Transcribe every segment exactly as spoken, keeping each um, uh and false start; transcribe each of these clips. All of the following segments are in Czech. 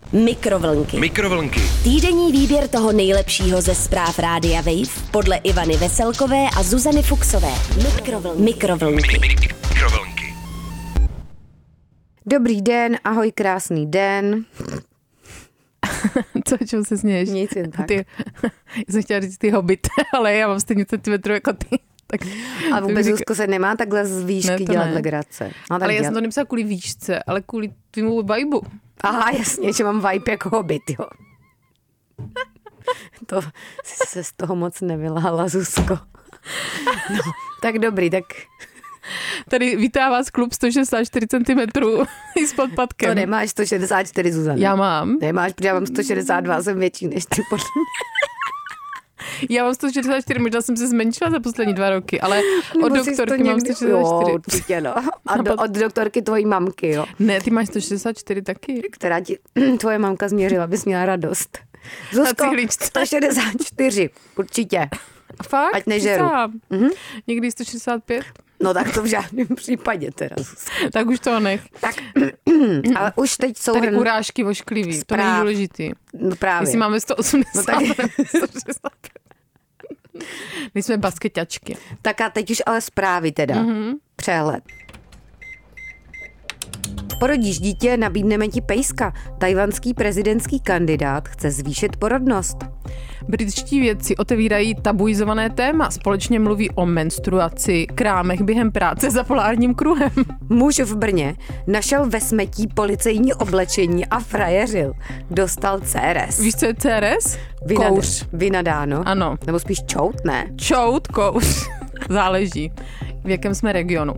Mikrovlnky. Mikrovlnky. Týdenní výběr toho nejlepšího ze zpráv Rádia Wave podle Ivany Veselkové a Zuzany Fuxové. Mikrovlnky. Mikrovlnky. Mikrovlnky. Dobrý den, ahoj, krásný den. Co, čemu se směješ? Nic jen tak. Ty, já jsem chtěla říct ty hobity, ale já mám stejně centimetrů jako ty. Tak, A vůbec Zuzko se nemá takhle z výšky ne, dělat ne. legrace. No, ale já dělat. jsem to nepsala kvůli výšce, ale kvůli tvýmu vibu. Aha, jasně, že mám vibe jako hobit, jo. To jsi se z toho moc nevyláhala, Zuzko. No, tak dobrý, tak... Tady vítá vás klub sto šedesát čtyři centimetrů i s podpatkem. To nemáš sto šedesát čtyři, Zuzana. Já mám. Nemáš, protože já mám sto šedesát dva, jsem větší než ty podle mě. Já mám sto šedesát čtyři, možná jsem se zmenšila za poslední dva roky, ale od doktorky mám sto šedesát čtyři. Jo, určitě, no. A do, od doktorky tvojí mamky, jo. Ne, ty máš sto šedesát čtyři taky. Která ti tvoje mamka změřila, abys měla radost. Zuzko, sto šedesát čtyři, určitě. Fakt? Ať nežeru. Mhm. Někdy sto šedesát pět? No tak to v žádném případě teda. Tak už to nech. Tak, ale už teď jsou... Tady hrn... urážky vošklivý, to Správ. není důležitý. No právě. Jestli máme sto osmdesát, no tak... sto šedesát pět. My jsme basketačky. Tak a teď už ale zprávy teda. Mm-hmm. Přehled. Porodíš dítě, nabídneme ti pejska. Tajvanský prezidentský kandidát chce zvýšit porodnost. Britští vědci otevírají tabuizované téma. Společně mluví o menstruaci, krámech během práce za polárním kruhem. Muž v Brně našel ve smetí policejní oblečení a frajeřil. Dostal C R S. Víš, co je C R S? Vynad... Kouř. Vynadáno. Ano. Nebo spíš čout, ne? Čout, kouř. Záleží, v jakém jsme regionu.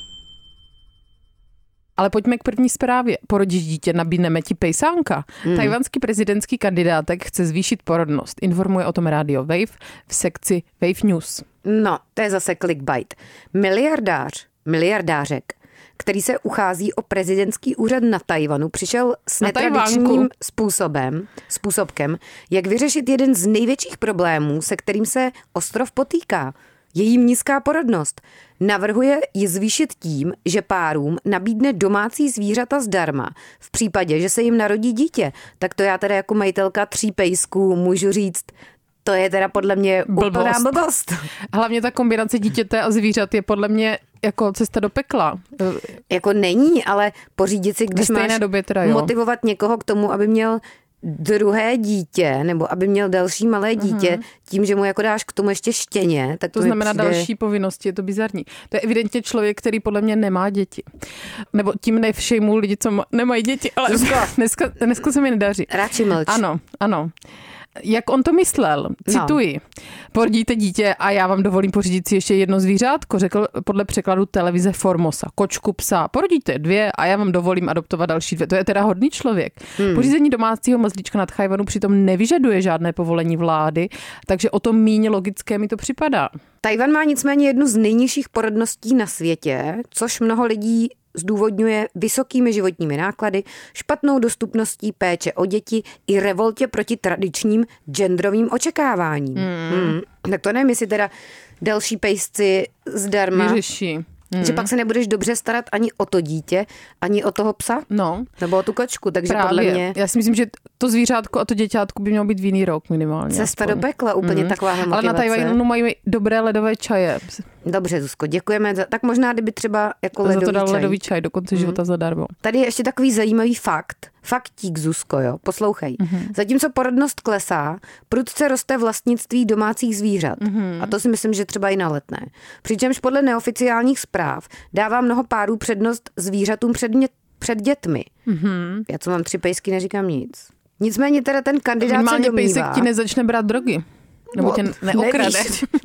Ale pojďme k první zprávě. Porodíš dítě, nabídneme ti pejsánka. Hmm. Tajvanský prezidentský kandidátek chce zvýšit porodnost. Informuje o tom rádio Wave v sekci Wave News. No, to je zase clickbait. Miliardář, miliardářek, který se uchází o prezidentský úřad na Tajvanu, přišel s Na netradičním Tajvánku. způsobem, způsobkem, jak vyřešit jeden z největších problémů, se kterým se ostrov potýká. Její nízká porodnost. Navrhuje ji zvýšit tím, že párům nabídne domácí zvířata zdarma. V případě, že se jim narodí dítě, tak to já teda jako majitelka tří pejsků můžu říct, to je teda podle mě Blbost. úplná blbost. Hlavně ta kombinace dítěte a zvířat je podle mě jako cesta do pekla. Jako není, ale pořídit si, když máš době teda, jo. motivovat někoho k tomu, aby měl druhé dítě, nebo aby měl další malé dítě, uh-huh. tím, že mu jako dáš k tomu ještě štěně, tak to, to znamená přijde... další povinnosti, je to bizarní. To je evidentně člověk, který podle mě nemá děti. Nebo tím nevšejmu lidi, co nemají děti, ale dneska, dneska se mi nedaří. Radši mlč. Ano, ano. Jak on to myslel, cituji, no. Porodíte dítě a já vám dovolím pořídit si ještě jedno zvířátko, řekl podle překladu televize Formosa. Kočku, psa, porodíte dvě a já vám dovolím adoptovat další dvě. To je teda hodný člověk. Hmm. Pořízení domácího mazlíčka na Tajvanu přitom nevyžaduje žádné povolení vlády, takže o tom míně logické mi to připadá. Tajvan má nicméně jednu z nejnižších porodností na světě, což mnoho lidí zdůvodňuje vysokými životními náklady, špatnou dostupností péče o děti i revoltě proti tradičním genderovým očekáváním. Hmm. Hmm. Tak to nevím, jestli teda další pejsci zdarma. Vyřeší. Hmm. Že pak se nebudeš dobře starat ani o to dítě, ani o toho psa, no. nebo o tu kočku, takže Právě. Podle mě... Já si myslím, že to zvířátko a to děťátko by mělo být v jiný rok minimálně. Cesta aspoň. do pekla, úplně hmm. taková motivace. Ale na Tajvanu mají dobré ledové čaje. Dobře, Zuzko, děkujeme. Za, tak možná, kdyby třeba jako to ledový za to dal čaj. ledový čaj do konce hmm. života zadarmo. Tady je ještě takový zajímavý fakt. Faktík, Zuzko, jo, poslouchej. Mm-hmm. Zatímco porodnost klesá, prudce roste vlastnictví domácích zvířat. Mm-hmm. A to si myslím, že třeba i na Letné. Přičemž podle neoficiálních zpráv dává mnoho párů přednost zvířatům před, mě, před dětmi. Mm-hmm. Já co mám tři pejsky, neříkám nic. Nicméně teda ten kandidát Minimálně se domnívá... pejsek ti nezačne brát drogy. Nebo tě neokrade.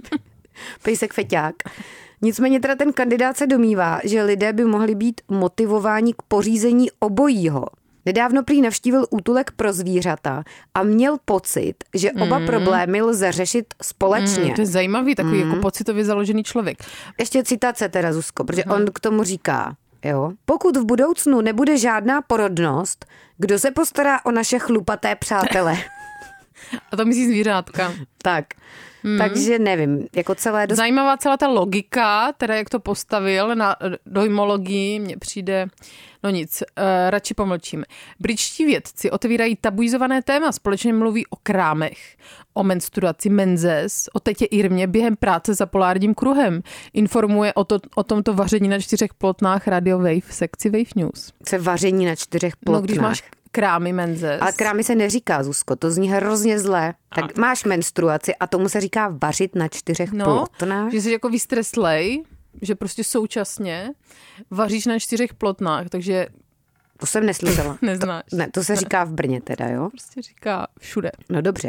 Pejsek feťák. Nicméně teda ten kandidát se domnívá, že lidé by mohli být motivováni k pořízení obojího. Nedávno prý navštívil útulek pro zvířata a měl pocit, že oba mm. problémy lze řešit společně. Mm, to je zajímavý, takový mm. jako pocitově založený člověk. Ještě citace teda, Zuzko, protože mm. on k tomu říká, jo, pokud v budoucnu nebude žádná porodnost, kdo se postará o naše chlupaté přátele? A to myslí zvířátka. Tak. Mm. Takže nevím, jako celé... Dost... Zajímavá celá ta logika, teda jak to postavil na dojmologii, mně přijde, no nic, uh, radši pomlčíme. Britští vědci otevírají tabuizované téma, společně mluví o krámech, o menstruaci menzes, o tetě Irmě během práce za polárním kruhem. Informuje o, to, o tomto vaření na čtyřech plotnách Radio Wave v sekci Wave News. Co je vaření na čtyřech plotnách? No, když máš krámy menzes. Ale krámy se neříká, Zuzko, to zní hrozně zlé. Tak a... máš menstruaci a tomu se říká vařit na čtyřech no, plotnách. Že jsi jako vystreslej, že prostě současně vaříš na čtyřech plotnách, takže... To jsem neslyšela. Neznáš. To, ne, to se ne. říká v Brně teda, jo? Prostě říká všude. No dobře.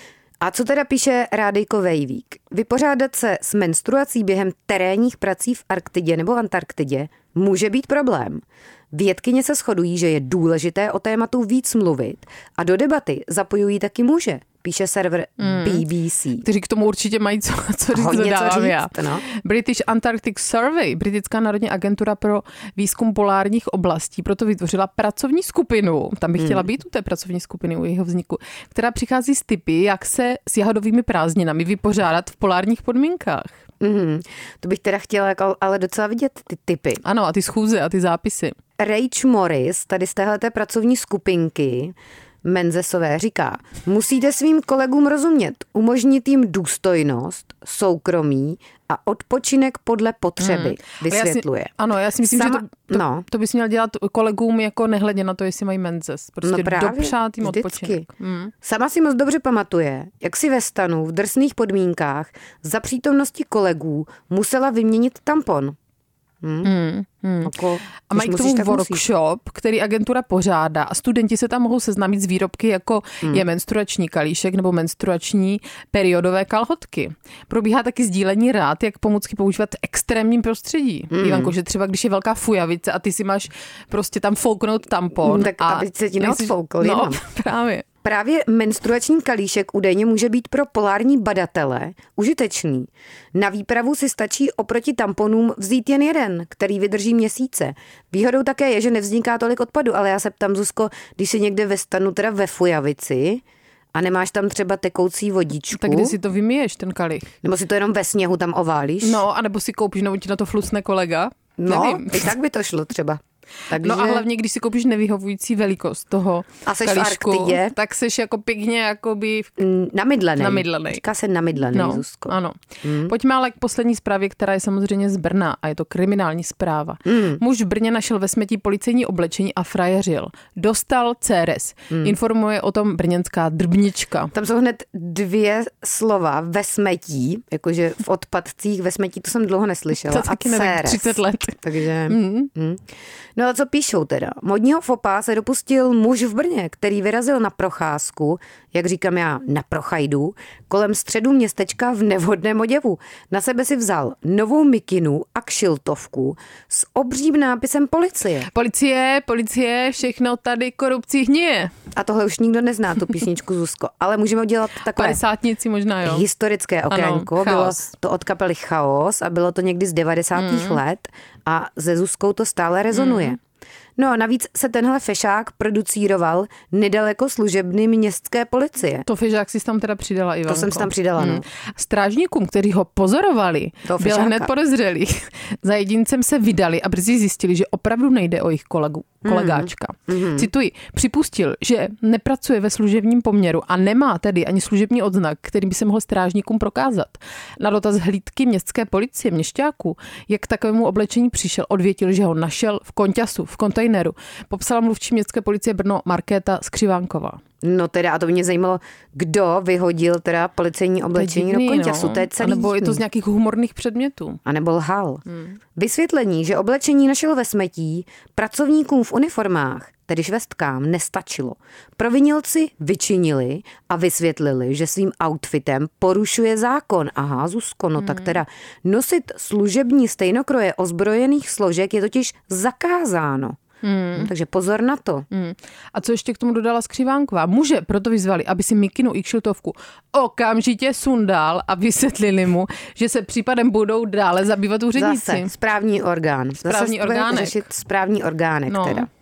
A co teda píše Rádejko Vejvík? Vypořádat se s menstruací během terénních prací v Arktidě nebo Antarktidě může být problém. Vědkyně se shodují, že je důležité o tématu víc mluvit a do debaty zapojují taky muže, píše server mm. B B C. Kteří k tomu určitě mají co, co říct, Hodně co říct, já. No. British Antarctic Survey, britská národní agentura pro výzkum polárních oblastí, proto vytvořila pracovní skupinu, tam bych chtěla být u té pracovní skupiny, u jejího vzniku, která přichází s tipy, jak se s jahodovými prázdninami vypořádat v polárních podmínkách. Mm, to bych teda chtěla jako, ale docela vidět ty tipy. Ano, a ty schůze a ty zápisy. Rach Morris, tady z téhleté pracovní skupinky menzesové, říká, musíte svým kolegům rozumět, umožnit jim důstojnost, soukromí a odpočinek podle potřeby, hmm. vysvětluje. Já si, ano, já si myslím, Sama, že to, to, no. to bys měl dělat kolegům jako nehledě na to, jestli mají menzes. Prostě no právě, dopřát jim vždycky. odpočinek. Hmm. Sama si moc dobře pamatuje, jak si ve stanu v drsných podmínkách za přítomnosti kolegů musela vyměnit tampon. Hmm. Hmm. Hmm. Jako, a mají k tomu musíš, workshop, musíš. který agentura pořádá a studenti se tam mohou seznámit s výrobky, jako hmm. je menstruační kalíšek nebo menstruační periodové kalhotky. Probíhá taky sdílení rád, jak pomůcky používat v extrémním prostředí. Hmm. Ivanko, že třeba když je velká fujavice a ty si máš prostě tam fouknout tampon. Hmm, tak a aby se ti neodfoukl. No, právě. Právě menstruační kalíšek údajně může být pro polární badatele užitečný. Na výpravu si stačí oproti tamponům vzít jen jeden, který vydrží měsíce. Výhodou také je, že nevzniká tolik odpadu, ale já se ptám, Zuzko, když si někde ve stanu, teda ve fujavici, a nemáš tam třeba tekoucí vodičku. Tak kde si to vymiješ, ten kalich? Nebo si to jenom ve sněhu tam oválíš? No, anebo si koupíš, nebo ti na to flucne kolega. No, nevím. i tak by to šlo třeba. Takže... No a hlavně, když si koupíš nevyhovující velikost toho a seš kalíšku, v Arktidě, tak seš jako pěkně jakoby... Namydlenej. Namydlenej. Říká se namydlenej, no, Zuzko. Ano. Hmm. Pojďme ale k poslední zprávě, která je samozřejmě z Brna a je to kriminální zpráva. Hmm. Muž v Brně našel ve smetí policejní oblečení a frajeřil. Dostal céres. Hmm. Informuje o tom brněnská drbnička. Tam jsou hned dvě slova ve smetí, jakože v odpadcích ve smetí, to jsem dlouho neslyšela. To taky a nevím, třicet let. Takže... Hmm. Hmm. No ale co píšou teda? Modního fopa se dopustil muž v Brně, který vyrazil na procházku, jak říkám já, na prochajdu, kolem středu městečka v nevhodném oděvu. Na sebe si vzal novou mikinu a kšiltovku s obřím nápisem policie. Policie, policie, všechno tady korupcí hníje. A tohle už nikdo nezná, tu písničku, Zuzko, ale můžeme udělat takové padesátnici možná, jo. Historické okénko. Ano, bylo to od kapely Chaos a bylo to někdy z devadesátých mm. let a se Zuzkou to stále rezonuje. Mm. No a navíc se tenhle fešák producíroval nedaleko služebny městské policie. To fešák si tam teda přidala, Ivanko. To jsem si tam přidala, hmm. no. Strážníkům, kteří ho pozorovali, to byl hned podezřelý. Za jedincem se vydali a brzy zjistili, že opravdu nejde o jejich kolegu, kolegáčka. Mm. Cituji, připustil, že nepracuje ve služebním poměru a nemá tedy ani služební odznak, který by se mohl strážníkům prokázat. Na dotaz hlídky městské policie měšťáků, jak k takovému oblečení přišel, odvětil, že ho našel v konťasu, v kontejneru. Popsala mluvčí městské policie Brno Markéta Skřivánková. No teda, a to mě zajímalo, kdo vyhodil teda policejní oblečení do konťasu, no. To je celý. A nebo je to z nějakých humorných předmětů. A nebo lhal. Hmm. Vysvětlení, že oblečení našel ve smetí, pracovníkům v uniformách, tedy švestkám, nestačilo. Provinilci vyčinili a vysvětlili, že svým outfitem porušuje zákon. Aha, Zuzko, no hmm. tak teda nosit služební stejnokroje ozbrojených složek je totiž zakázáno. Hmm. Takže pozor na to. Hmm. A co ještě k tomu dodala Skřivánková? Muže proto vyzvali, aby si mikinu i kšiltovku okamžitě sundal a vysvětlili mu, že se případem budou dále zabývat úředníci. Zase správní orgán. Správní Zase orgánek. řešit správní orgánek no. teda.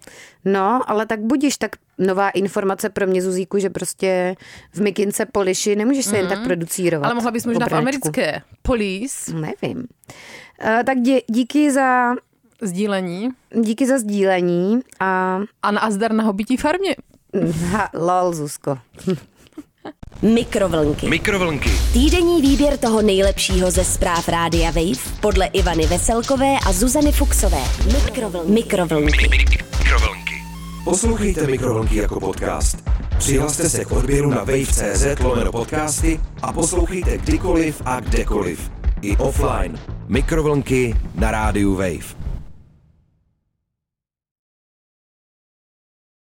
No, ale tak budiš, tak nová informace pro mě, Zuzíku, že prostě v mikince Poliši nemůžeš se mm. jen tak producírovat. Ale mohla bys možná v americké Police. Nevím. Uh, tak dě, díky za... Sdílení. Díky za sdílení. A, a na azdar na hobití farmě. Ha, lol, Zuzko. Mikrovlnky. Mikrovlnky. Týdenní výběr toho nejlepšího ze zpráv Rádia Wave podle Ivany Veselkové a Zuzany Fuxové. Mikrovlnky. Mikrovlnky. Mikrovlnky. Poslouchejte Mikrovlnky jako podcast. Přihlaste se k odběru na wave tečka cé zet lomeno podcasty a poslouchejte kdykoliv a kdekoliv. I offline. Mikrovlnky na rádiu Wave.